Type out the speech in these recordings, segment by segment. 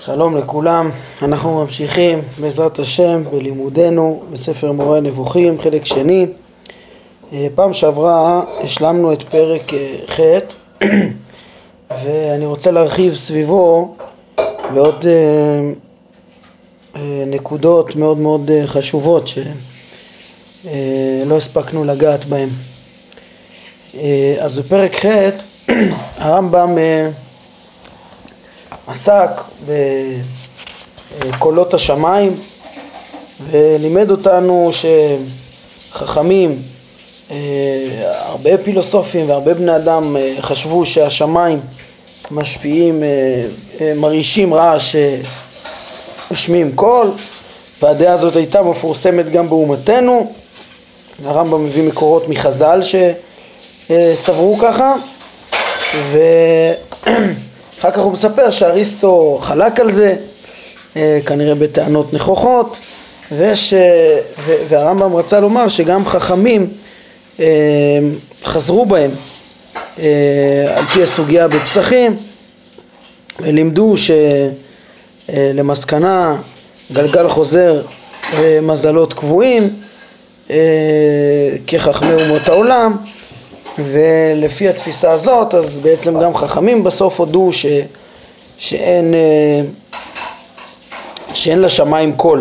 שלום לכולם, אנחנו ממשיכים בעזרת השם בלימודנו בספר מורה נבוכים חלק שני. פעם שעברה השלמנו את פרק ח' ואני רוצה להרחיב סביבו בעוד נקודות מאוד מאוד חשובות שלא הספקנו לגעת בהן. אז בפרק ח' הרמב"ם עסק בקולות השמיים ולימד אותנו שחכמים, הרבה פילוסופים והרבה בני אדם חשבו שהשמיים משפיעים, מרעישים רעש משמיעים קול, והדעה הזאת הייתה מפורסמת גם באומתנו. הרמב"ם מביא מקורות מחז"ל שסברו ככה, אחר כך הוא מספר שאריסטו חלק על זה, כנראה בטענות נכוחות, והרמב"ם רצה לומר שגם חכמים חזרו בהם על פי הסוגיה בפסחים, ולימדו שלמסקנה גלגל חוזר מזלות קבועים כחכמי אומות העולם, ולפי התפיסה הזאת אז בעצם גם חכמים בסוף הודו שאין לשמיים קול.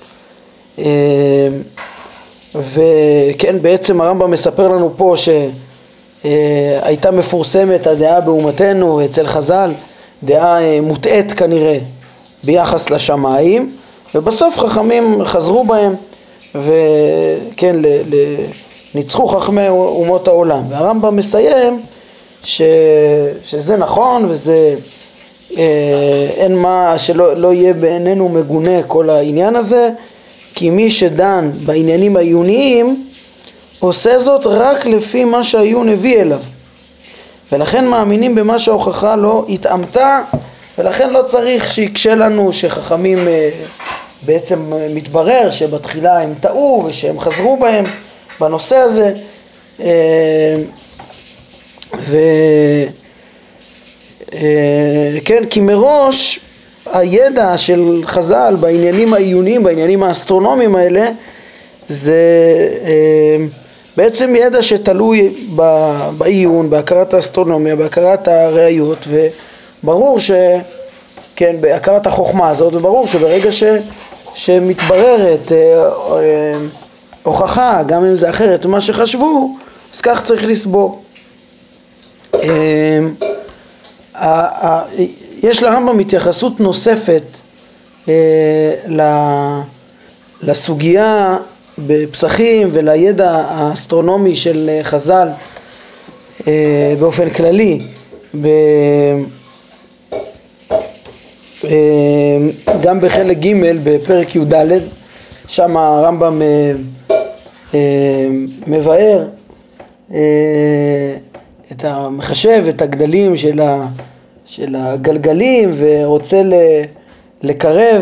וכן, בעצם הרמב"ם מספר לנו פה שהייתה מפורסמת הדעה באומתנו אצל חז"ל, דעה מוטעית כנראה ביחס לשמיים, ובסוף חכמים חזרו בהם וכן ניצחו חכמי אומות העולם. והרמב"ם מסיים שזה נכון, וזה אין מה שלא יהיה בעינינו מגונה כל העניין הזה, כי מי שדן בעניינים העיוניים עושה זאת רק לפי מה שהעיון הביא אליו, ולכן מאמינים במה שההוכחה לא התאמתה, ולכן לא צריך שיקשה לנו שחכמים בעצם מתברר שבתחילה הם טעו ושהם חזרו בהם בנושא הזה. כן, כי מראש הידע של חז"ל בעניינים העיוניים, בעניינים האסטרונומיים האלה, זה בעצם ידע שתלוי בעיון, בהכרת האסטרונומיה, בהכרת הראיות, וברור כן, בהכרת החוכמה הזאת, וברור שברגע שמתבררת הוכחה, גם אם זה אחרת ממה שחשבו, אז כך צריך לסבור. יש לרמב"ם התייחסות נוספת לסוגיה בפסחים ולידע האסטרונומי של חז"ל באופן כללי, גם בחלק ג' בפרק י"ד, שם הרמב"ם מבאר את המחשב, את הגדלים של הגלגלים, ורוצה לקרב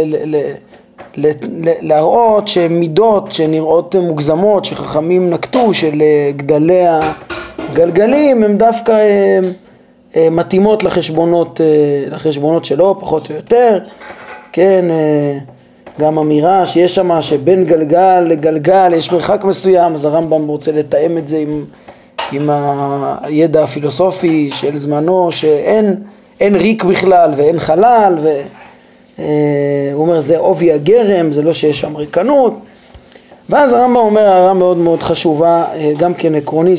להראות שמידות שנראות מוגזמות שחכמים נקטו של גדלי הגלגלים הם דווקא מתאימות לחשבונות שלו פחות או יותר. כן, גם אמירה שיש שם שבין גלגל לגלגל יש מרחק מסוים, אז הרמב"ם רוצה לתאם את זה עם הידע הפילוסופי של זמנו, שאין ריק בכלל ואין חלל, והוא אומר זה עובי הגרם, זה לא שיש שם ריקנות. ואז הרמב"ם אומר הערה מאוד מאוד חשובה, גם כן עקרונית,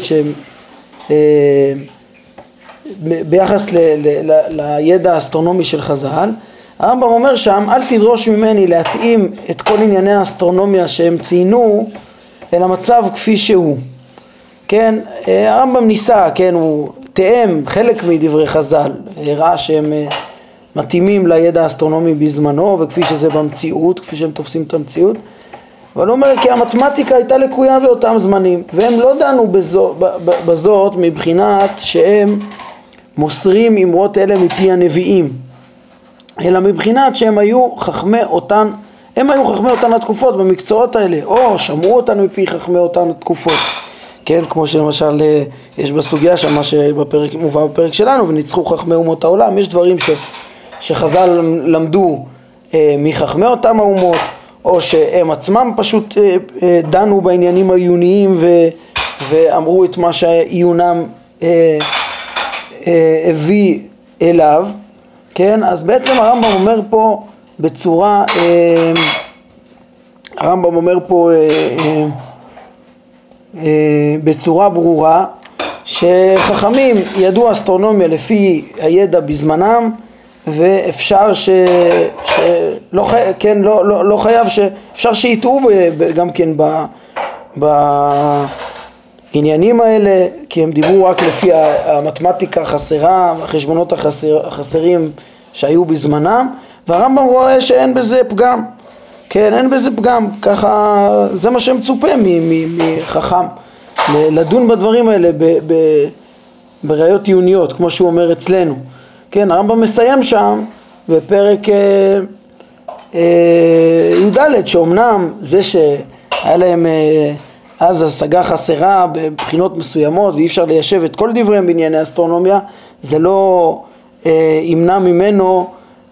ביחס לידע האסטרונומי של חז"ל. הרמב"ם אומר שם, אל תדרוש ממני להתאים את כל ענייני האסטרונומיה שהם ציינו אל המצב כפי שהוא. כן, הרמב"ם ניסה, כן, הוא תאם חלק מדברי חז"ל, הראה שהם מתאימים לידע האסטרונומי בזמנו וכפי שזה במציאות, כפי שהם תופסים את המציאות, אבל הוא אומר כי המתמטיקה הייתה לקויה באותם זמנים, והם לא דנו בזאת מבחינת שהם מוסרים אמרות אלה מפי הנביאים, אלא מבחינת שהם היו חכמי אותן, התקופות במקצועות האלה, או שמעו אותן מפי חכמי אותן התקופות. כן, כמו שלמשל יש בסוגיה שם מה שמובא בפרק שלנו, וניצחו חכמי אומות העולם. יש דברים שחז"ל למדו מחכמי אותם האומות, או שהם עצמם פשוט דנו בעניינים העיוניים ואמרו את מה שהעיונם הביא אליו, כן? אז בעצם הרמב"ם אומר פה בצורה, הרמב"ם אומר פה בצורה ברורה שחכמים ידעו אסטרונומיה לפי הידע בזמנם, ואפשר לא חייב שאפשר שיטעו גם כן בעניינים האלה, כי הם דיברו רק לפי המתמטיקה החסרה, החשבונות החסרים שהיו בזמנם, והרמב"ם רואה שאין בזה פגם, כן, אין בזה פגם, ככה זה מה שמצופה מחכם, לדון בדברים האלה בראיות עיוניות, כמו שהוא אומר אצלנו. כן, הרמב"ם מסיים שם בפרק י"ד, שאומנם זה שהיה להם אז השגה חסרה בבחינות מסוימות ואי אפשר ליישב את כל דבריהם בענייני אסטרונומיה, זה לא ימנע ממנו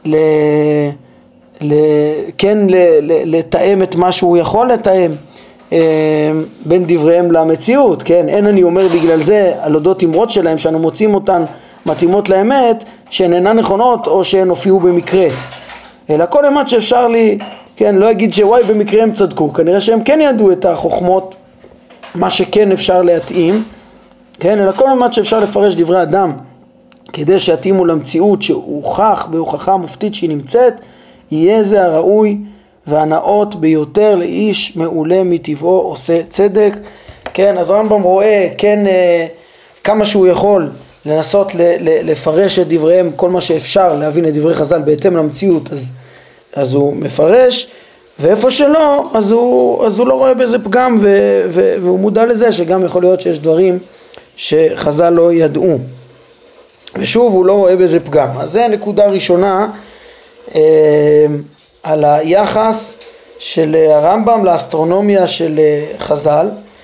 לתאם את מה שהוא יכול לתאם בין דבריהם למציאות, כן? אין אני אומר בגלל זה על אודות אמרות שלהם שאנו מוצאים אותן מתאימות לאמת שהן אינן נכונות או שהן הופיעו במקרה, אלא כל אמת שאפשר לי, כן, לא אגיד שוואי במקרה הם צדקו, כנראה שהם כן ידעו את החוכמות, מה שכן אפשר להתאים, כן, אלא כל אמת שאפשר לפרש דברי אדם כדי שיתאימו למציאות שהוכח בהוכחה מופתית שהיא נמצאת, יהיה זה הראוי והנאות ביותר לאיש מעולה מטבעו עושה צדק. כן, אז הרמב"ם רואה, כן, כמה שהוא יכול לנסות לפרש את דבריהם, כל מה שאפשר להבין את דברי חז"ל בהתאם למציאות, אז הוא מפרש, ואיפה שלא, אז הוא לא רואה בזה פגם, והוא מודע לזה שגם יכול להיות שיש דברים שחז"ל לא ידעו, ושוב הוא לא רואה בזה פגם. אז זה נקודה ראשונה על היחס של הרמב"ם לאסטרונומיה של חז"ל.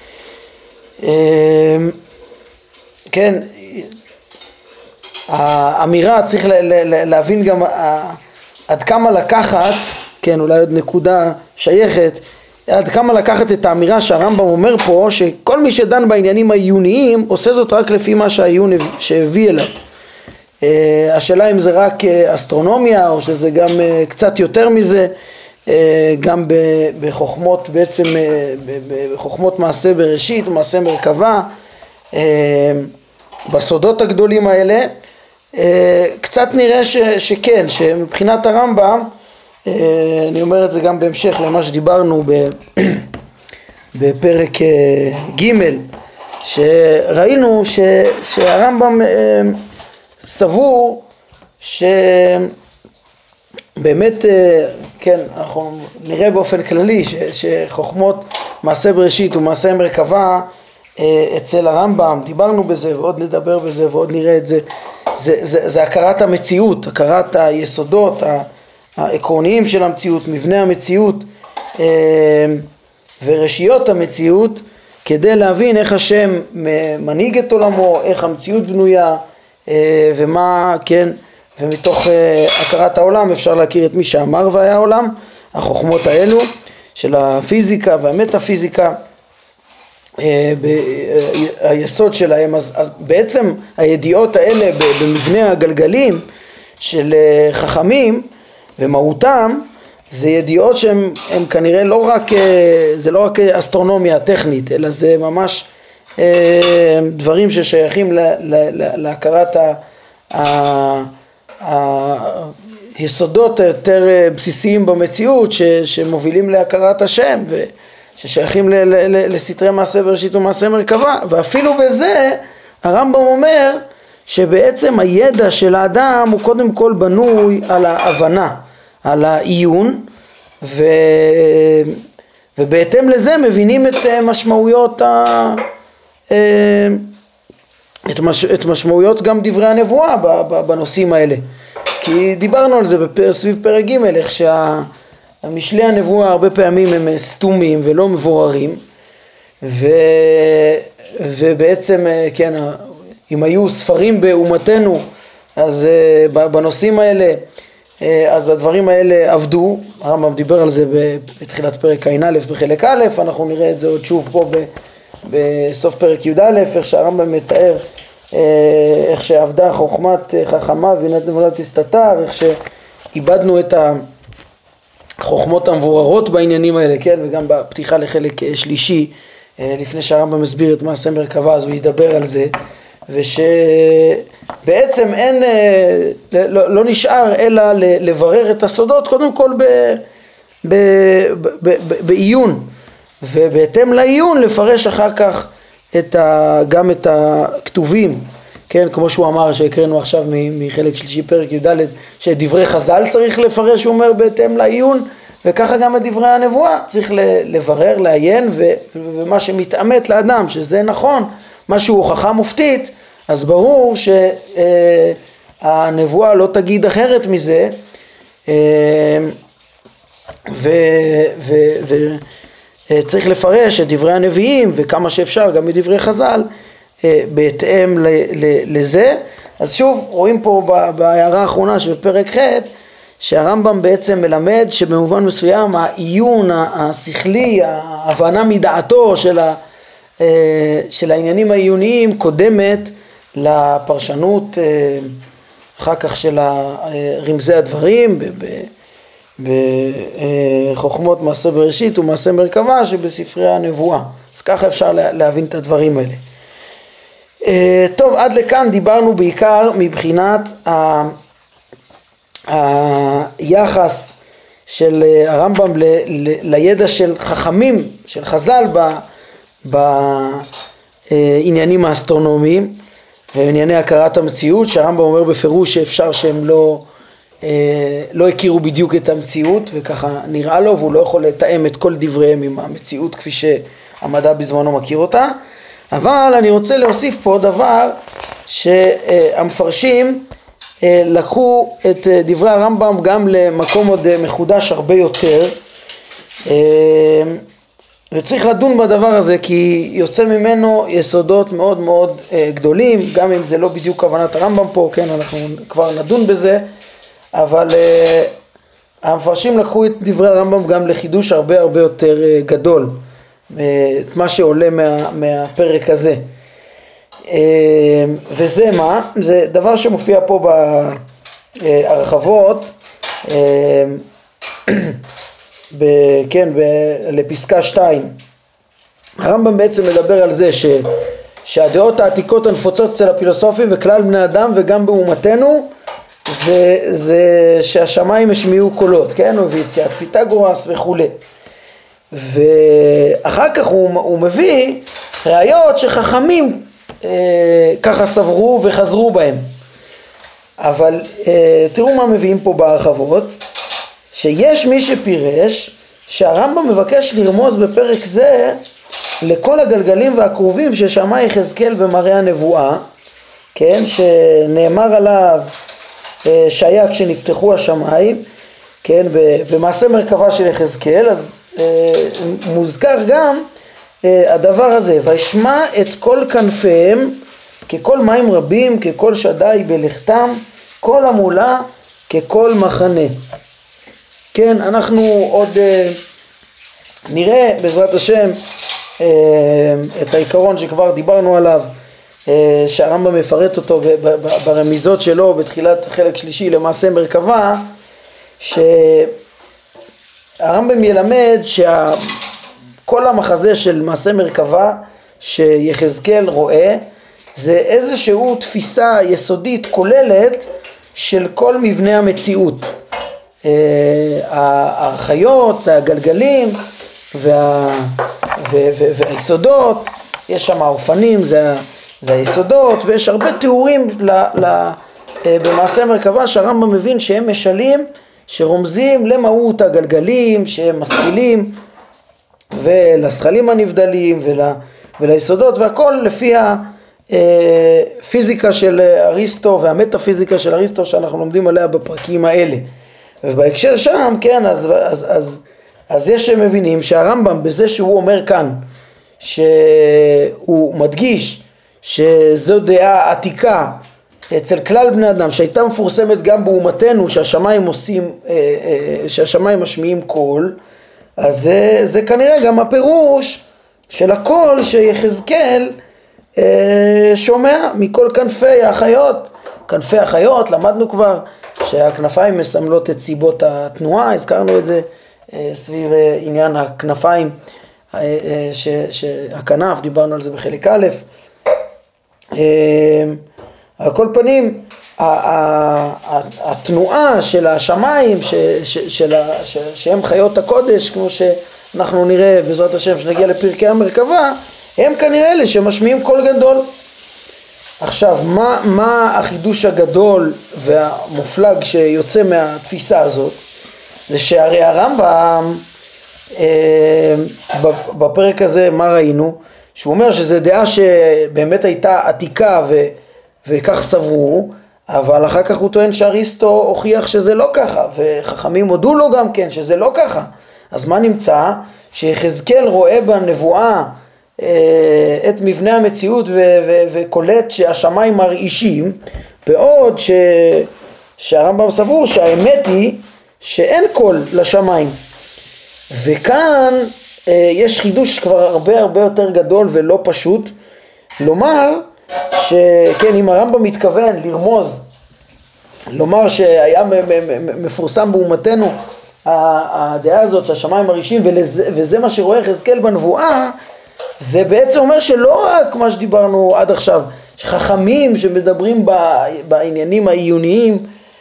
כן, האמירה צריך להבין גם עד כמה לקחת, כן, אולי עוד נקודה שייכת, עד כמה לקחת את האמירה שהרמב"ם אומר פה, שכל מי שדן בעניינים העיוניים עושה זאת רק לפי מה שהעיון שהביא אליו. השאלה אם זה רק אסטרונומיה או שזה גם קצת יותר מזה, גם בחוכמות, בעצם בחוכמות מעשה בראשית ומעשה מרכבה, בסודות הגדולים האלה, קצת נראה שכן, שמבחינת הרמב"ם, אני אומר את זה גם בהמשך למה שדיברנו בפרק ג', שראינו שהרמב"ם סבור שבאמת, כן, אנחנו נראה באופן כללי שחוכמות מעשה בראשית ומעשה מרכבה אצל הרמב"ם, דיברנו בזה ועוד נדבר בזה ועוד נראה את זה, זה הכרת המציאות, הכרת היסודות העקרוניים של המציאות, מבנה המציאות ורשיות המציאות, כדי להבין איך השם מנהיג את עולמו, איך המציאות בנויה, ומה, כן, ומתוך הכרת העולם אפשר להכיר את מי שאמר והיה העולם, החוכמות האלו של הפיזיקה והמטאפיזיקה, היסוד שלהם. אז בעצם הידיעות האלה במבנה הגלגלים של חכמים ומהותם, זה ידיעות שהם כנראה זה לא רק אסטרונומיה טכנית, אלא זה ממש דברים ששייכים להכרת היסודות היותר בסיסיים במציאות, שמובילים להכרת השם וששייכים לסתרי מעשה בראשית ומעשה מרכבה. ואפילו בזה הרמב"ם אומר שבעצם הידע של האדם הוא קודם כל בנוי על ההבנה, על העיון, ובהתאם לזה מבינים את משמעויות את משמעויות גם דברי הנבואה בנושאים האלה, כי דיברנו על זה סביב פרק ג', איך שהמשלי הנבואה הרבה פעמים הם סתומים ולא מבוררים, ובעצם, כן, אם היו ספרים באומתנו, אז בנושאים האלה אז הדברים האלה עבדו. הרמב"ם דיבר על זה בתחילת פרק ע"א בחלק א', אנחנו נראה את זה עוד שוב פה בסוף פרק י"א, איך שהרמב"ם מתאר איך שעבדה חוכמת חכמה ובינת נבלה תסתתר, איך שאיבדנו את החוכמות המבוררות בעניינים האלה, כן? וגם בפתיחה לחלק שלישי, לפני שהרמב"ם מסביר את מעשה מרכבה, אז הוא ידבר על זה, ושבעצם אין, לא נשאר אלא לברר את הסודות קודם כל בעיון, ובהתאם לעיון לפרש אחר כך גם את הכתובים, כן, כמו שהוא אמר שהקראנו עכשיו מחלק שלישי פרק י"ד, שדברי חז"ל צריך לפרש, הוא אומר, בהתאם לעיון, וככה גם את דברי הנבואה צריך לברר, לעיין, ומה שמתאמת לאדם שזה נכון, משהו הוכחה מופתית, אז ברור שהנבואה לא תגיד אחרת מזה, צריך לפרש את דברי הנביאים וכמה שאפשר גם מדברי חז"ל בהתאם לזה. אז שוב רואים פה בהערה האחרונה שבפרק ח' שהרמב"ם בעצם מלמד שבמובן מסוים העיון השכלי, ההבנה מדעתו של העניינים העיוניים קודמת לפרשנות אחר כך של רמזי הדברים בחוכמות מעשה בראשית ומעשה מרכבה שבספרי הנבואה. אז ככה אפשר להבין את הדברים האלה. טוב, עד לכאן דיברנו בעיקר מבחינת היחס של הרמב"ם לידע של חכמים, של חז"ל בעניינים האסטרונומיים וענייני הכרת המציאות, שהרמב"ם אומר בפירוש שאפשר שהם לא הכירו בדיוק את המציאות וככה נראה לו, והוא לא יכול לתאם את כל דבריהם עם המציאות כפי שהמדע בזמנו מכיר אותה. אבל אני רוצה להוסיף פה דבר שהמפרשים לקחו את דברי הרמב"ם גם למקום עוד מחודש הרבה יותר, וצריך לדון בדבר הזה כי יוצא ממנו יסודות מאוד מאוד גדולים, גם אם זה לא בדיוק כוונת הרמב"ם פה, כן, אנחנו כבר נדון בזה, אבל המפרשים לקחו את דברי הרמב"ם גם לחידוש הרבה הרבה יותר גדול, את מה שעולה מהפרק הזה. וזה מה? זה דבר שמופיע פה בהרחבות, כן, לפסקה 2. הרמב"ם בעצם מדבר על זה שהדעות העתיקות הנפוצות אצל הפילוסופים וכלל בני אדם וגם באומתנו זה שהשמיים השמיעו קולות, כן, ויציאת פיתגורס וכו'. ואחר כך הוא מביא ראיות שחכמים ככה סברו וחזרו בהם. אבל תראו מה מביאים פה בהרחבות, שיש מי שפירש שהרמב"ם מבקש לרמוז בפרק זה לכל הגלגלים והקרובים ששמע יחזקאל במראה הנבואה, כן, שנאמר עליו שהיה כשנפתחו השמיים, כן, במעשה מרכבה של יחזקאל, אז מוזכר גם הדבר הזה, וישמע את כל כנפיהם ככל מים רבים, ככל שדי בלכתם, כל המולה ככל מחנה. כן, אנחנו עוד נראה בעזרת השם את העיקרון שכבר דיברנו עליו, שהרמב"ם מפרט אותו ברמיזות שלו בתחילת חלק שלישי למעשה מרכבה, שהרמב"ם ילמד שכל המחזה של מעשה מרכבה שיחזקאל רואה זה איזשהו תפיסה יסודית כוללת של כל מבנה המציאות, החיות, הגלגלים והיסודות, יש שם האופנים, זה היסודות, ויש הרבה תיאורים במעשה מרכבה שהרמב"ם מבין שהם משלים שרומזים למהות הגלגלים שהם משכילים ולשכלים הנבדלים וליסודות, והכל לפי הפיזיקה של אריסטו והמטאפיזיקה של אריסטו שאנחנו לומדים עליה בפרקים האלה. ובהקשר שם, כן, אז יש שמבינים שהרמב"ם בזה שהוא אומר כאן שהוא מדגיש שזו דעה עתיקה אצל כלל בני אדם, שהייתה מפורסמת גם באומתנו, שהשמיים משמיעים קול, אז זה כנראה גם הפירוש של הקול שיחזקאל שומע מכל כנפי החיות. כנפי החיות, למדנו כבר שהכנפיים מסמלות את סיבות התנועה, הזכרנו את זה סביב עניין הכנפיים, הכנף, דיברנו על זה בחלק א'. על כל פנים, התנועה של השמיים, שהם חיות הקודש, כמו שאנחנו נראה בעזרת השם שנגיע לפרקי המרכבה, הם כנראה אלה שמשמיעים קול גדול. עכשיו, מה החידוש הגדול והמופלג שיוצא מהתפיסה הזאת? זה שהרי הרמב"ם, בפרק הזה מה ראינו? שהוא אומר שזה דעה שבאמת הייתה עתיקה וכך סברו, אבל אחר כך הוא טוען שאריסטו הוכיח שזה לא ככה, וחכמים הודו לו גם כן שזה לא ככה. אז מה נמצא? שיחזקאל רואה בנבואה את מבנה המציאות וקולט שהשמיים מרעישים, בעוד שהרמב"ם סבור שהאמת היא שאין קול לשמיים. וכאן יש חידוש כבר הרבה יותר גדול ולא פשוט, לומר שכן, אם הרמב"ם מתכוון לרמוז, לומר שהיה מפורסם באומתנו הדעה הזאת שהשמיים מרעישים וזה מה שרואה יחזקאל בנבואה, זה בעצם אומר שלא רק מה שדיברנו עד עכשיו, שחכמים שמדברים בעניינים העיוניים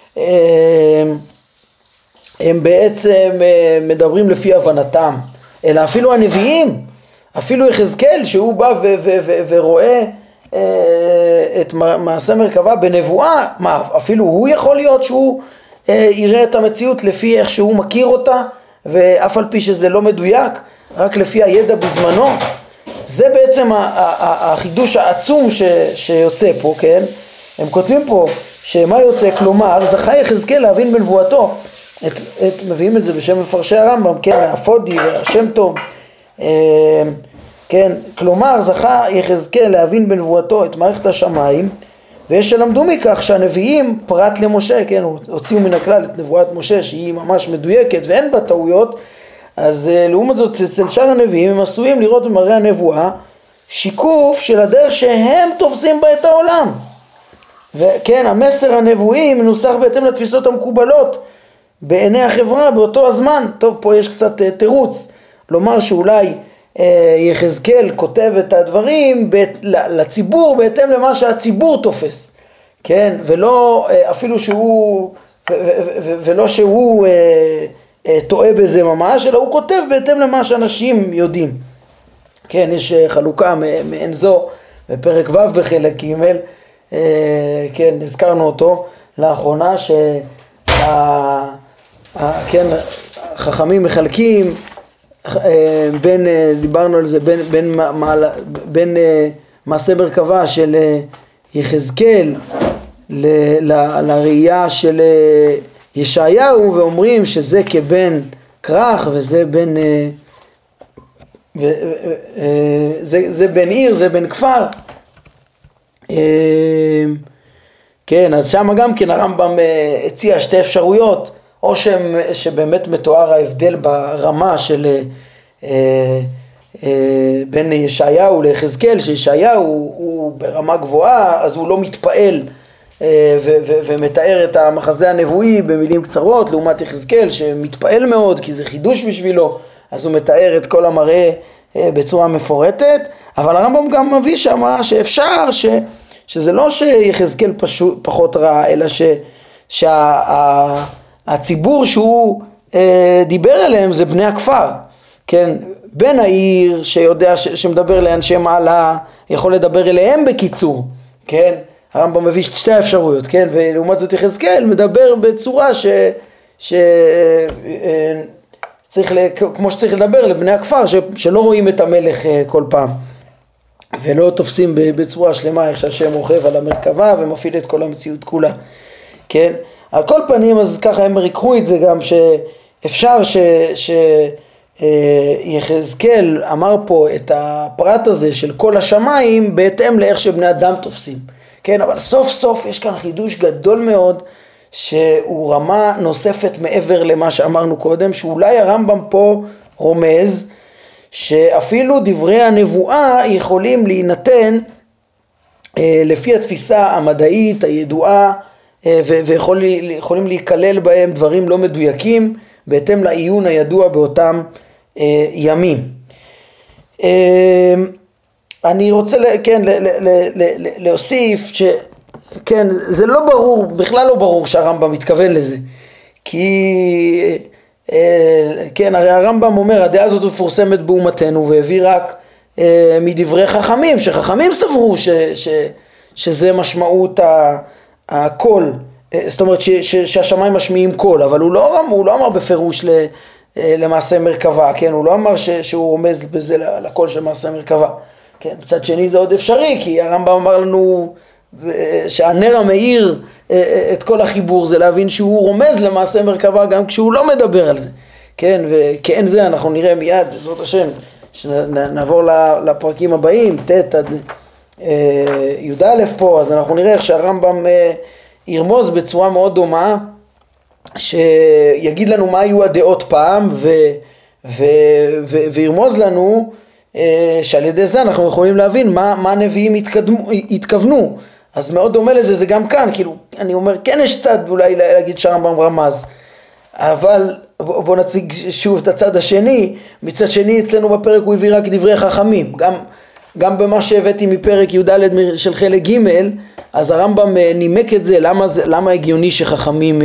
הם בעצם מדברים לפי הבנתם, אלא אפילו הנביאים, אפילו יחזקאל שהוא בא ורואה את מעשה מרכבה בנבואה, מה, אפילו הוא יכול להיות שהוא יראה את המציאות לפי איך שהוא מכיר אותה, ואף על פי שזה לא מדויק, רק לפי הידע בזמנו. זה בעצם החידוש העצום שיוצא פה, כן? הם כותבים פה שמה יוצא, כלומר זכה יחזקאל להבין בנבואתו, מביאים את זה בשם מפרשי הרמב"ם, כן, האפודי והשם טוב, כן, כלומר זכה יחזקאל להבין בנבואתו את מערכת השמיים, ויש שלמדו מכך שהנביאים פרט למשה, כן, הוציאו מן הכלל את נבואת משה שהיא ממש מדויקת ואין בה טעויות, אז לעומת זאת אצל שאר הנביאים הם עשויים לראות במראה הנבואה שיקוף של הדרך שהם תופסים בה את העולם. וכן, המסר הנבואי מנוסח בהתאם לתפיסות המקובלות בעיני החברה באותו הזמן. טוב, פה יש קצת תירוץ לומר שאולי יחזקאל כותב את הדברים לציבור בהתאם למה שהציבור תופס, כן, ולא אפילו שהוא ולא שהוא טועה בזה ממש, אלא הוא כותב בהתאם למה שאנשים יודעים. כן, יש חלוקה מעין זו בפרק ו' בחלק ג', כן, הזכרנו אותו לאחרונה, כן, חכמים מחלקים בין, דיברנו על זה, בין מעשה מרכבה של יחזקאל לראייה של ישעיהו, ואומרים שזה כבן כרך וזה בן, זה בן עיר, זה בן כפר. כן, אז שם גם כן הרמב"ם הציע שתי אפשרויות, או שבאמת מתואר ההבדל ברמה של בין ישעיהו ליחזקאל, שישעיהו הוא ברמה גבוהה, אז הוא לא מתפעל ומתאר את המחזה הנבואי במילים קצרות, לעומת יחזקאל שמתפעל מאוד כי זה חידוש בשבילו, אז הוא מתאר את כל המראה בצורה מפורטת. אבל הרמב"ם גם מביא שמה שאפשר שזה לא שיחזקאל פחות רע, אלא שהציבור שהוא דיבר עליהם זה בני הכפר, כן, בן העיר שיודע שמדבר לאנשי מעלה יכול לדבר אליהם בקיצור, כן, הרמב"ם מביא שתי האפשרויות, כן, ולעומת זאת יחזקאל מדבר בצורה צריך כמו שצריך לדבר לבני הכפר שלא רואים את המלך כל פעם ולא תופסים בצורה שלמה איך שהשם רוכב על המרכבה ומפעיל את כל המציאות כולה, כן. על כל פנים, אז ככה הם ריקחו את זה גם שאפשר שיחזקאל אמר פה את הפרט הזה של כל השמיים בהתאם לאיך שבני אדם תופסים, כן, אבל סוף סוף יש כאן חידוש גדול מאוד, שהוא רמה נוספת מעבר למה שאמרנו קודם, שאולי הרמב"ם פה רומז, שאפילו דברי הנבואה יכולים להינתן לפי התפיסה המדעית הידועה, ויכולים להיכלל בהם דברים לא מדויקים, בהתאם לעיון הידוע באותם ימים. אני רוצה להוסיף כן, זה לא ברור, בכלל לא ברור שהרמב"ם מתכוון לזה, כי כן, הרי הרמב"ם אומר, הדעה הזאת מפורסמת באומתנו, והביא רק מדברי חכמים, שחכמים סברו שזה משמעות הקול, זאת אומרת שהשמיים משמיעים קול, אבל הוא לא אמר בפירוש למעשה מרכבה, כן, הוא לא אמר שהוא רומז בזה לקול של מעשה מרכבה, כן, בצד שני זה עוד אפשרי, כי הרמב"ם אמר לנו שהנר המאיר את כל החיבור זה להבין שהוא רומז למעשה מרכבה גם כשהוא לא מדבר על זה, כן, וכן זה אנחנו נראה מיד בעזרת השם, שנעבור לפרקים הבאים, ת' עד י"א פה, אז אנחנו נראה איך שהרמב"ם ירמוז בצורה מאוד דומה, שיגיד לנו מה היו הדעות פעם, וירמוז לנו שעל ידי זה אנחנו יכולים להבין מה הנביאים התכוונו. אז מאוד דומה לזה, זה גם כאן, כאילו, אני אומר, כן יש צד אולי להגיד שהרמב"ם רמז, אבל בוא נציג שוב את הצד השני. מצד שני אצלנו בפרק הוא הביא רק דברי חכמים, גם במה שהבאתי מפרק י"ד של חלק ג', אז הרמב"ם נימק את זה, למה הגיוני שחכמים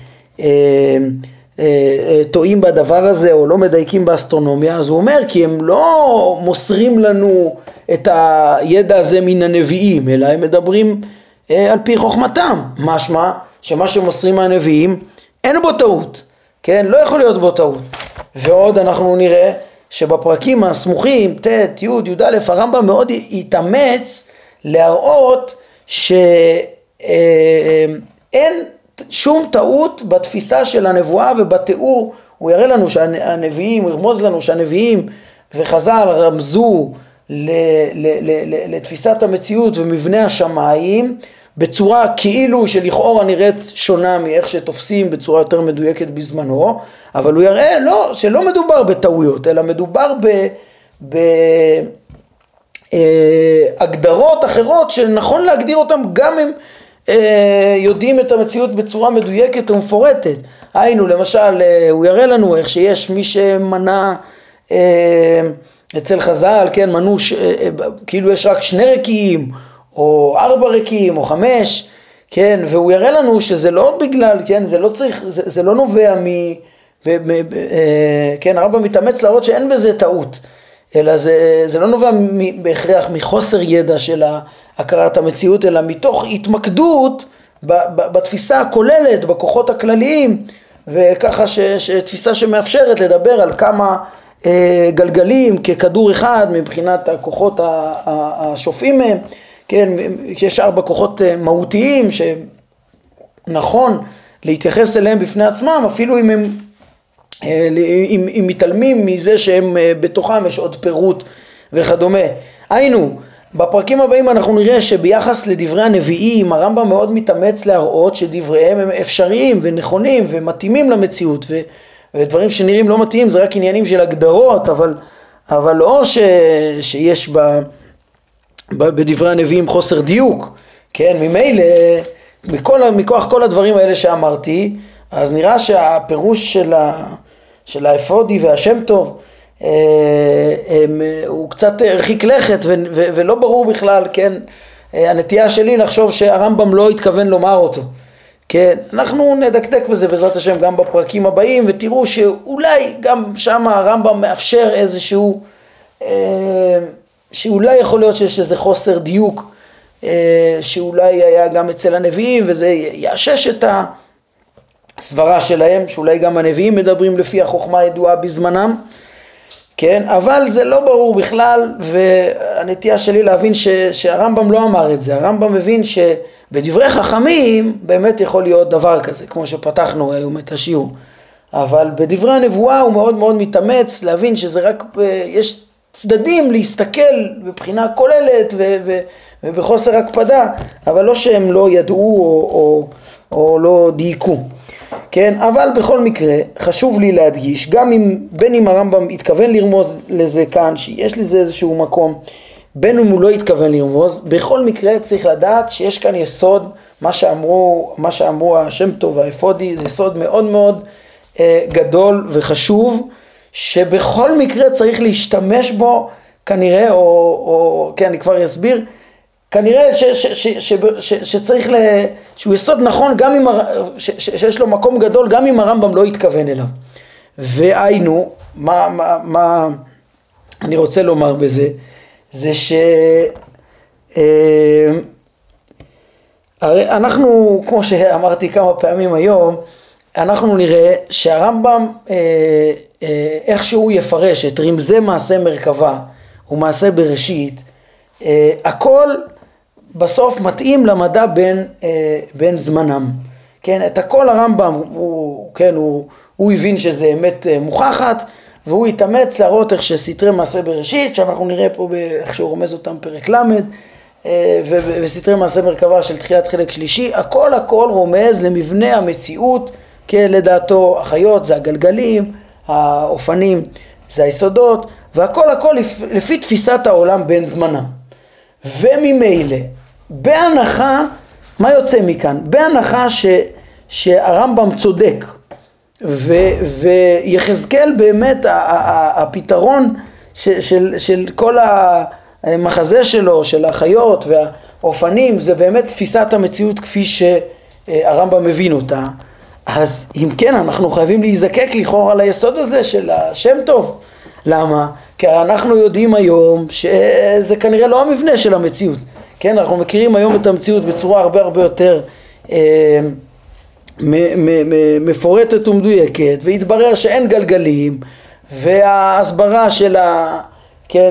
טועים בדבר הזה או לא מדייקים באסטרונומיה. אז הוא אומר כי הם לא מוסרים לנו את הידע הזה מן הנביאים, אלא הם מדברים על פי חוכמתם, משמע שמה שמוסרים מהנביאים אין בו טעות, כן, לא יכול להיות בו טעות. ועוד אנחנו נראה שבפרקים הסמוכים ת' י' י"א הרמב"ם מאוד יתאמץ להראות שאין שום טעות בתפיסה של הנבואה ובתיאור. הוא יראה לנו שהנביאים, הוא ירמוז לנו שהנביאים וחז"ל רמזו לתפיסת המציאות ומבנה השמיים בצורה כאילו שלכאורה נראית שונה מאיך שתופסים בצורה יותר מדויקת בזמנו, אבל הוא יראה שלא מדובר בטעויות, אלא מדובר בהגדרות אחרות שנכון להגדיר אותם גם אם יודעים את המציאות בצורה מדויקת ומפורטת. היינו למשל, הוא יראה לנו איך שיש מי שמנה אצל חז"ל, כן, מנו כאילו יש רק 2 רקיעים או 4 רקיעים או 5, כן, והוא יראה לנו שזה לא בגלל, כן, זה לא צריך, זה לא נובע כן, הרמב"ם מתאמץ להראות שאין בזה טעות, אלא זה לא נובע בהכרח מחוסר ידע של הכרת המציאות, אלא מתוך התמקדות בתפיסה הכוללת, בכוחות הכלליים, וככה שתפיסה שמאפשרת לדבר על כמה גלגלים ככדור אחד מבחינת הכוחות השופעים מהם, כן, יש 4 כוחות מהותיים שנכון להתייחס אליהם בפני עצמם, אפילו אם הם אם מתעלמים מזה שהם בתוכם יש עוד פירוט וכדומה. היינו, בפרקים הבאים אנחנו נראה שביחס לדברי הנביאים הרמב"ם מאוד מתאמץ להראות שדבריהם הם אפשריים ונכונים ומתאימים למציאות, ודברים שנראים לא מתאים זה רק עניינים של הגדרות, אבל לא שיש בדברי הנביאים חוסר דיוק, כן, ממילא מכוח כל הדברים האלה שאמרתי, אז נראה שהפירוש של האפודי והשם טוב הוא קצת הרחיק לכת ולא ברור בכלל, כן, הנטייה שלי לחשוב שהרמב"ם לא התכוון לומר אותו, כן, אנחנו נדקדק בזה בעזרת השם גם בפרקים הבאים, ותראו שאולי גם שם הרמב"ם מאפשר איזשהו שאולי יכול להיות שיש איזה חוסר דיוק שאולי היה גם אצל הנביאים, וזה יאשש את הסברה שלהם שאולי גם הנביאים מדברים לפי החוכמה הידועה בזמנם, כן, אבל זה לא ברור בכלל, והנטייה שלי להבין שהרמב"ם לא אמר את זה. הרמב"ם מבין שבדברי חכמים באמת יכול להיות דבר כזה, כמו שפתחנו היום את השיעור, אבל בדברי הנבואה הוא מאוד מאוד מתאמץ להבין שזה רק יש צדדים להסתכל בבחינה כוללת ובחוסר הקפדה, אבל לא שהם לא ידעו או לא דייקו. כן, אבל בכל מקרה חשוב לי להדגיש, גם אם בין אם הרמב"ם התכוון לרמוז לזה כאן, שיש לזה איזשהו מקום, בין אם הוא לא התכוון לרמוז, בכל מקרה צריך לדעת שיש כאן יסוד, מה שאמרו השם טוב והאפודי, זה יסוד מאוד מאוד גדול וחשוב, שבכל מקרה צריך להשתמש בו כנראה, או כן, אני כבר אסביר, כנראה שצריך, שהוא יסוד נכון, גם אם, שיש לו מקום גדול, גם אם הרמב"ם לא התכוון אליו. והיינו, מה אני רוצה לומר בזה, זה הרי אנחנו, כמו שאמרתי כמה פעמים היום, אנחנו נראה שהרמב"ם איכשהו יפרש את רמזי מעשה מרכבה ומעשה בראשית, הכל בסוף מתאים למדע בין זמנם. כן, את הכל הרמב"ם הוא הבין שזה אמת מוכחת, והוא התאמץ להראות איך שסתרי מעשה בראשית, שאנחנו נראה פה איך שהוא רומז אותם פרק למד, וסתרי מעשה מרכבה של תחילת חלק שלישי, הכל רומז למבנה המציאות, כן, לדעתו החיות זה הגלגלים, האופנים זה היסודות, והכל לפי תפיסת העולם בין זמנם. וממילא, בהנחה, מה יוצא מכאן? בהנחה שהרמב"ם צודק, ויחזקאל באמת הפתרון של כל המחזה שלו, של החיות והאופנים, זה באמת תפיסת המציאות כפי שהרמב"ם מבין אותה. אז אם כן, אנחנו חייבים להיזקק לכאורה על היסוד הזה של השם טוב. למה? כי אנחנו יודעים היום שזה כנראה לא המבנה של המציאות. כן, אנחנו מכירים היום את המציאות בצורה הרבה יותר מפורטת ומדויקת, והתברר שאין גלגלים, וההסברה של כן,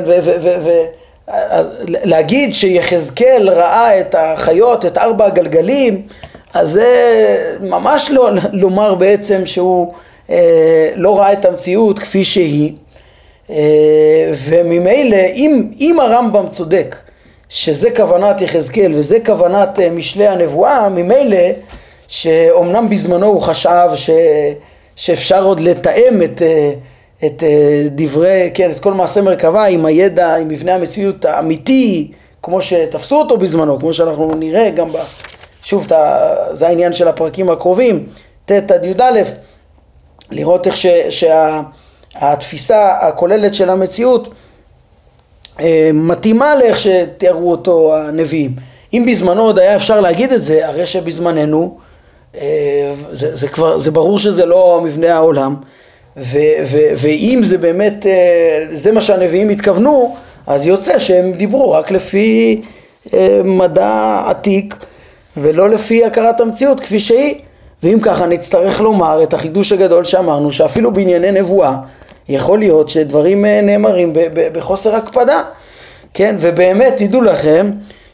להגיד שיחזקאל ראה את החיות, את 4 הגלגלים, אז זה ממש לא לומר בעצם שהוא לא ראה את המציאות כפי שהיא. וממילא אם הרמב"ם צודק שזה כוונת יחזקאל וזה כוונת משלי הנבואה, ממילא שאומנם בזמנו הוא חשב שאפשר עוד לתאם את דברי, כן, את כל מעשה מרכבה עם הידע, עם מבנה המציאות האמיתי, כמו שתפסו אותו בזמנו, כמו שאנחנו נראה גם שוב, זה העניין של הפרקים הקרובים, ת' עד י"א, לראות איך שהתפיסה הכוללת של המציאות מתאימה לאיך שתיארו אותו הנביאים. אם בזמנו עוד היה אפשר להגיד את זה, הרי שבזמננו, זה ברור שזה לא מבנה העולם, ואם זה באמת, זה מה שהנביאים התכוונו, אז יוצא שהם דיברו רק לפי מדע עתיק, ולא לפי הכרת המציאות כפי שהיא. ואם ככה נצטרך לומר את החידוש הגדול שאמרנו, שאפילו בענייני נבואה יכול להיות שדברים נאמרים בחוסר הקפדה. כן, ובאמת תדעו לכם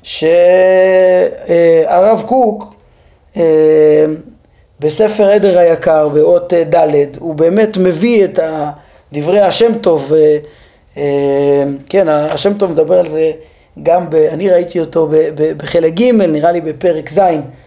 שהרב קוק בספר עדר היקר באות ד' הוא באמת מביא את דברי השם טוב, כן, השם טוב מדבר על זה גם אני ראיתי אותו בחלק ג', נראה לי בפרק ז',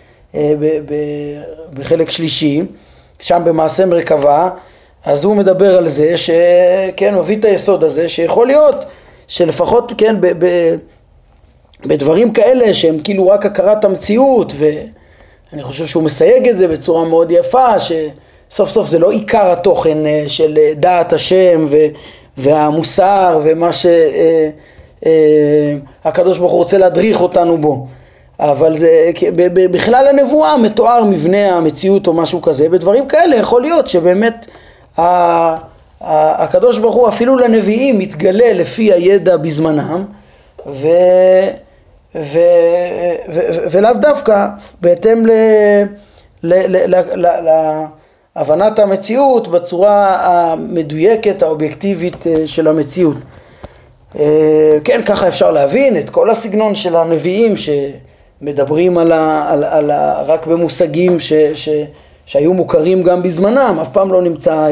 בחלק שלישי, שם במעשה מרכבה, אז הוא מדבר על זה שכן, מביא את היסוד הזה, שיכול להיות שלפחות כן בדברים כאלה שהם כאילו רק הכרת המציאות, ואני חושב שהוא מסייג את זה בצורה מאוד יפה, שסוף סוף זה לא עיקר התוכן של דעת השם והמוסר ומה שהקדוש ברוך הוא רוצה להדריך אותנו בו, אבל זה בכלל הנבואה מתואר מבנה המציאות או משהו כזה. בדברים כאלה יכול להיות שבאמת הקדוש ברוך הוא אפילו לנביאים מתגלה לפי הידע בזמנם, ולאו דווקא בהתאם להבנת המציאות בצורה המדויקת האובייקטיבית של המציאות. כן, ככה אפשר להבין את כל הסגנון של הנביאים שמדברים רק במושגים שהיו מוכרים גם בזמנם. אף פעם לא נמצא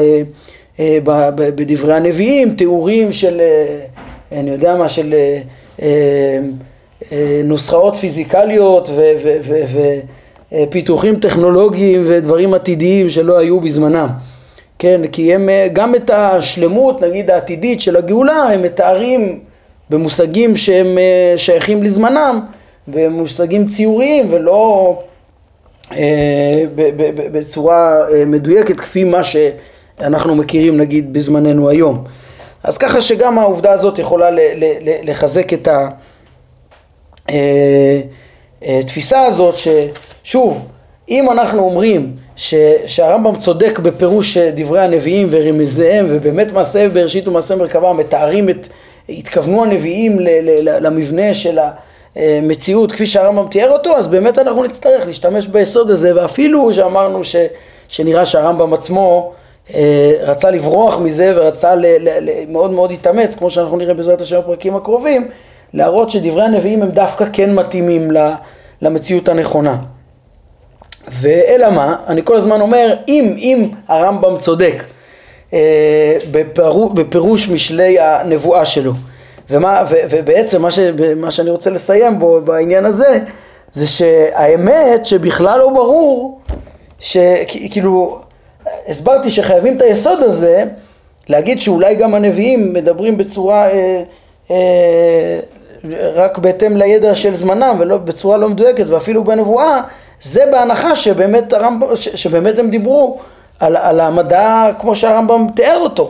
בדברי הנביאים תיאורים של, אני יודע מה, של נוסחאות פיזיקליות ופיתוחים טכנולוגיים ודברים עתידיים שלא היו בזמנם. כן, כי הם גם את השלמות, נגיד העתידית של הגאולה, הם מתארים במושגים שהם שייכים לזמנם, במושגים ציוריים ולא בצורה מדויקת כפי מה שאנחנו מכירים נגיד בזמננו היום. אז ככה שגם העובדה הזאת יכולה לחזק את התפיסה הזאת, ששוב, אם אנחנו אומרים שהרמב"ם צודק בפירוש דברי הנביאים ורמזיהם, ובאמת מעשה בראשית ומעשה מרכבה מתארים התכוונו הנביאים למבנה של המציאות כפי שהרמב"ם תיאר אותו, אז באמת אנחנו נצטרך להשתמש ביסוד הזה, ואפילו שאמרנו שנראה שהרמב"ם עצמו רצה לברוח מזה ורצה מאוד מאוד להתאמץ, כמו שאנחנו נראה בעזרת השם בפרקים הקרובים, להראות שדברי הנביאים הם דווקא כן מתאימים למציאות הנכונה. ואלא מה, אני כל הזמן אומר, אם הרמב"ם צודק בפירוש משלי הנבואה שלו, ובעצם מה שאני רוצה לסיים בו בעניין הזה, זה שהאמת שבכלל לא ברור, שכאילו הסברתי שחייבים את היסוד הזה, להגיד שאולי גם הנביאים מדברים בצורה רק בהתאם לידע של זמנם ולא בצורה לא מדויקת, ואפילו בנבואה, זה בהנחה שבאמת הם דיברו על המדע כמו שהרמב"ם תיאר אותו.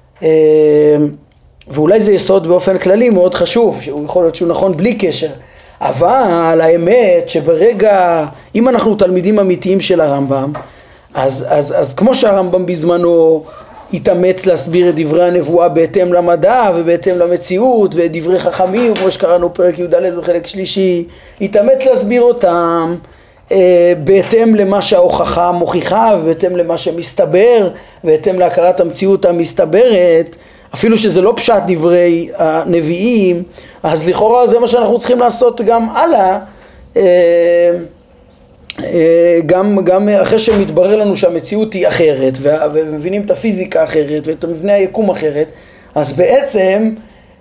ואולי זה יסוד באופן כללי מאוד חשוב, שהוא יכול להיות שהוא נכון בלי קשר, אבל האמת שברגע, אם אנחנו תלמידים אמיתיים של הרמב"ם, אז כמו שהרמב"ם בזמנו התאמץ להסביר את דברי הנבואה בהתאם למדע ובהתאם למציאות ודברי חכמים, כמו שקראנו פרק י"ד בחלק שלישי, התאמץ להסביר אותם בהתאם למה שההוכחה מוכיחה ובהתאם למה שמסתבר, בהתאם להכרת המציאות המסתברת, אפילו שזה לא פשט דברי הנביאים, אז לכאורה זה מה שאנחנו צריכים לעשות גם הלאה, גם אחרי שמתברר לנו שהמציאות היא אחרת ומבינים את הפיזיקה אחרת ואת מבנה היקום אחרת, אז בעצם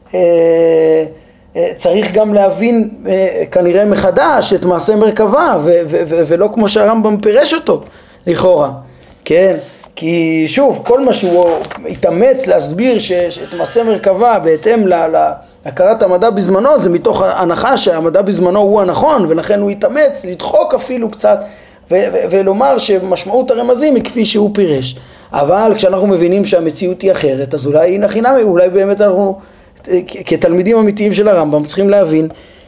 צריך גם להבין כנראה מחדש את מעשה מרכבה ולא כמו שהרמב"ם פירש אותו לכאורה, כן? כי שוב, כל מה שהוא התאמץ להסביר שאת מעשה מרכבה בהתאם להכרת המדע בזמנו, זה מתוך הנחה שהמדע בזמנו הוא הנכון, ולכן הוא התאמץ לדחוק אפילו קצת ולומר שמשמעות הרמזים היא כפי שהוא פירש. אבל כשאנחנו מבינים שהמציאות היא אחרת, אז אולי אולי באמת אנחנו כתלמידים אמיתיים של הרמב"ם צריכים להבין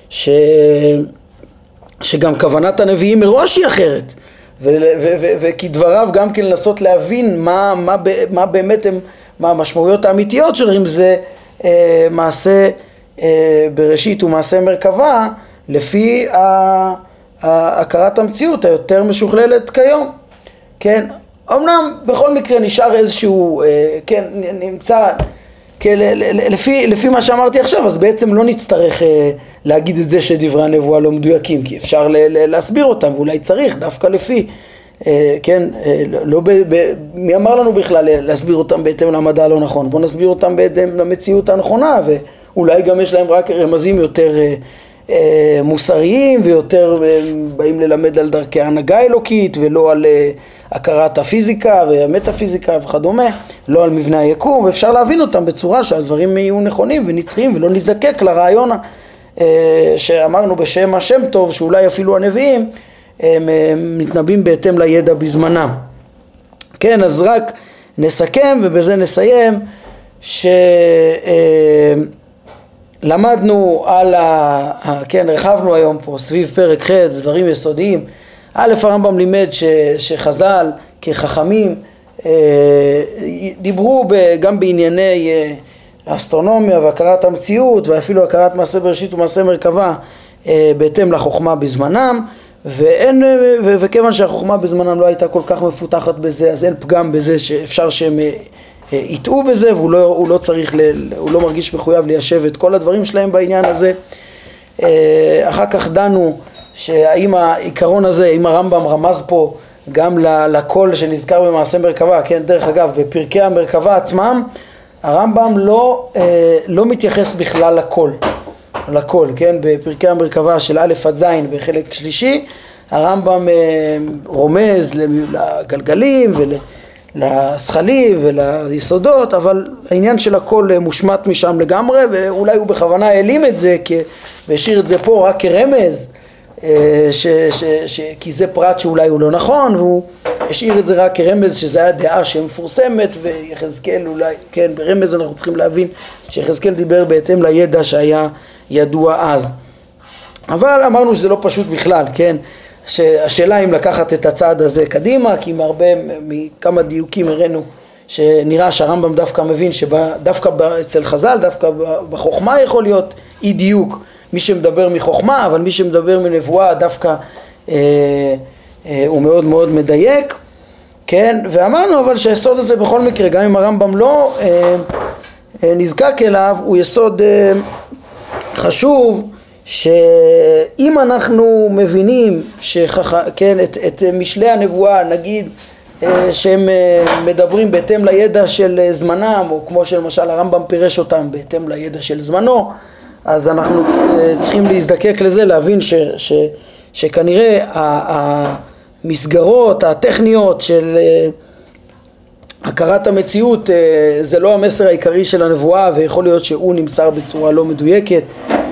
שגם כוונת הנביאים מראש היא אחרת, וכדבריו גם כן לנסות להבין מה באמת הם, מה המשמעויות האמיתיות של רמזי מעשה בראשית ומעשה מרכבה, לפי הכרת המציאות היותר משוכללת כיום. כן, אמנם בכל מקרה נשאר איזשהו, כן, נמצא, לפי מה שאמרתי עכשיו, אז בעצם לא נצטרך להגיד את זה שדברי הנבואה לא מדויקים, כי אפשר להסביר אותם, ואולי צריך דווקא לפי, כן, מי אמר לנו בכלל להסביר אותם בהתאם למדע לא נכון? בוא נסביר אותם בהתאם למציאות הנכונה, ואולי גם יש להם רק רמזים יותר מוסריים, ויותר באים ללמד על דרכי ההנהגה האלוקית, ולא על הכרת הפיזיקה והמטאפיזיקה וכדומה, לא על מבנה היקום, ואפשר להבין אותם בצורה שהדברים יהיו נכונים ונצחיים, ולא נזקק לרעיון שאמרנו בשם השם טוב, שאולי אפילו הנביאים הם מתנבאים בהתאם לידע בזמנם. כן, אז רק נסכם ובזה נסיים, למדנו על כן, רחבנו היום פה סביב פרק ח' ודברים יסודיים. א', הרמב"ם לימד שחז"ל כחכמים דיברו גם בענייני אסטרונומיה והכרת המציאות ואפילו הכרת מעשה בראשית ומעשה מרכבה בהתאם לחוכמה בזמנם, וכיוון שהחוכמה בזמנם לא הייתה כל כך מפותחת בזה, אז אין פגם בזה שאפשר שהם יטעו בזה, והוא לא צריך, הוא לא מרגיש מחויב ליישב את כל הדברים שלהם בעניין הזה. אחר כך דנו שהאם העיקרון הזה, אם הרמב"ם רמז פה גם לקול שנזכר במעשה מרכבה, כן, דרך אגב, בפרקי המרכבה עצמם, הרמב"ם לא מתייחס בכלל לקול. לכל, כן? בפרקי המרכבה של א' עד ז' בחלק שלישי, הרמב"ם רומז לגלגלים ולשכלים וליסודות, אבל העניין של הכל מושמט משם לגמרי, ואולי הוא בכוונה העלים את זה והשאיר את זה פה רק כרמז, כי זה פרט שאולי הוא לא נכון, והוא השאיר את זה רק כרמז שזה היה דעה שמפורסמת, ויחזקאל אולי, כן, ברמז אנחנו צריכים להבין שיחזקאל דיבר בהתאם לידע שהיה ידוע אז. אבל אמרנו שזה לא פשוט בכלל, כן? השאלה אם לקחת את הצעד הזה קדימה, כי מכמה דיוקים הראינו שנראה שהרמב"ם דווקא מבין שדווקא אצל חז"ל, דווקא בחוכמה יכול להיות אי דיוק, מי שמדבר מחוכמה, אבל מי שמדבר מנבואה דווקא הוא מאוד מאוד מדייק, כן? ואמרנו אבל שהיסוד הזה בכל מקרה, גם אם הרמב"ם לא נזקק אליו, הוא יסוד חשוב, שאם אנחנו מבינים כן, את משלי הנבואה, נגיד שהם מדברים בהתאם לידע של זמנם, או כמו שלמשל הרמב"ם פירש אותם בהתאם לידע של זמנו, אז אנחנו צריכים להזדקק לזה, להבין שכנראה המסגרות הטכניות של הכרת המציאות זה לא המסר העיקרי של הנבואה, ויכול להיות שהוא נמסר בצורה לא מדויקת.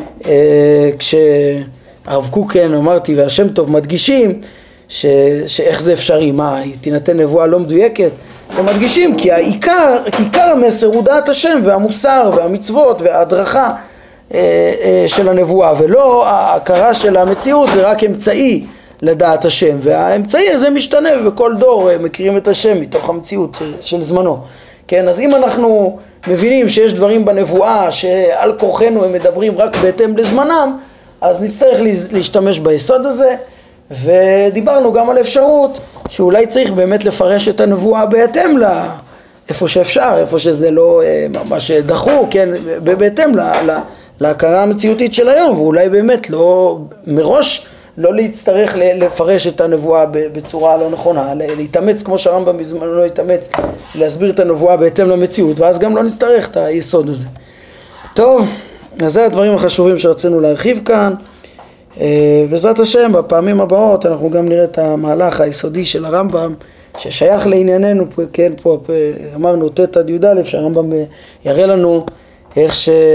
כשהרב קוק, כן, אמרתי, והשם טוב מדגישים שאיך זה אפשרי, מה, תינתן נבואה לא מדויקת? הם מדגישים כי עיקר המסר הוא דעת השם והמוסר והמצוות וההדרכה של הנבואה, ולא ההכרה של המציאות זה רק אמצעי לדעת השם, והאמצעי הזה משתנה, ובכל דור מכירים את השם מתוך המציאות של זמנו. כן, אז אם אנחנו מבינים שיש דברים בנבואה שעל כורחנו הם מדברים רק בהתאם לזמנם, אז נצטרך להשתמש ביסוד הזה, ודיברנו גם על אפשרות שאולי צריך באמת לפרש את הנבואה בהתאם איפה שאפשר, איפה שזה לא ממש דחו, כן, בהתאם להכרה המציאותית של היום, ואולי באמת לא מראש לא להצטרך לפרש את הנבואה בצורה לא נכונה, להתאמץ כמו שהרמב"ם בזמן לא להתאמץ להסביר את הנבואה בהתאם למציאות, ואז גם לא נצטרך את היסוד הזה. טוב, אז זה הדברים החשובים שרצינו להרחיב כאן. בעזרת השם בפעמים הבאות אנחנו גם נראה את המהלך היסודי של הרמב"ם ששייך לענייננו, כן, פה אמרנו ט' עד י"א, שהרמב"ם יראה לנו איך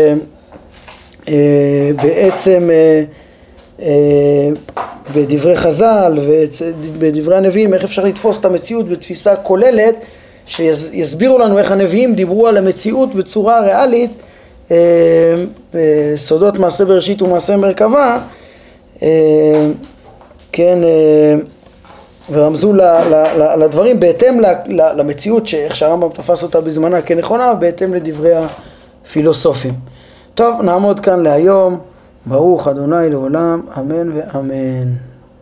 שבעצם בדברי חז"ל ובדברי הנביאים איך אפשר לתפוס את המציאות בתפיסה כוללת, שיסבירו לנו איך הנביאים דיברו על המציאות בצורה ריאלית בסודות מעשה בראשית ומעשה מרכבה, כן, ורמזו לדברים בהתאם למציאות שאיך שהרמב"ם תפס אותה בזמנה כנכונה, בהתאם לדברי הפילוסופים. טוב, נעמוד כאן להיום. ברוך אדוני לעולם, אמן ואמן.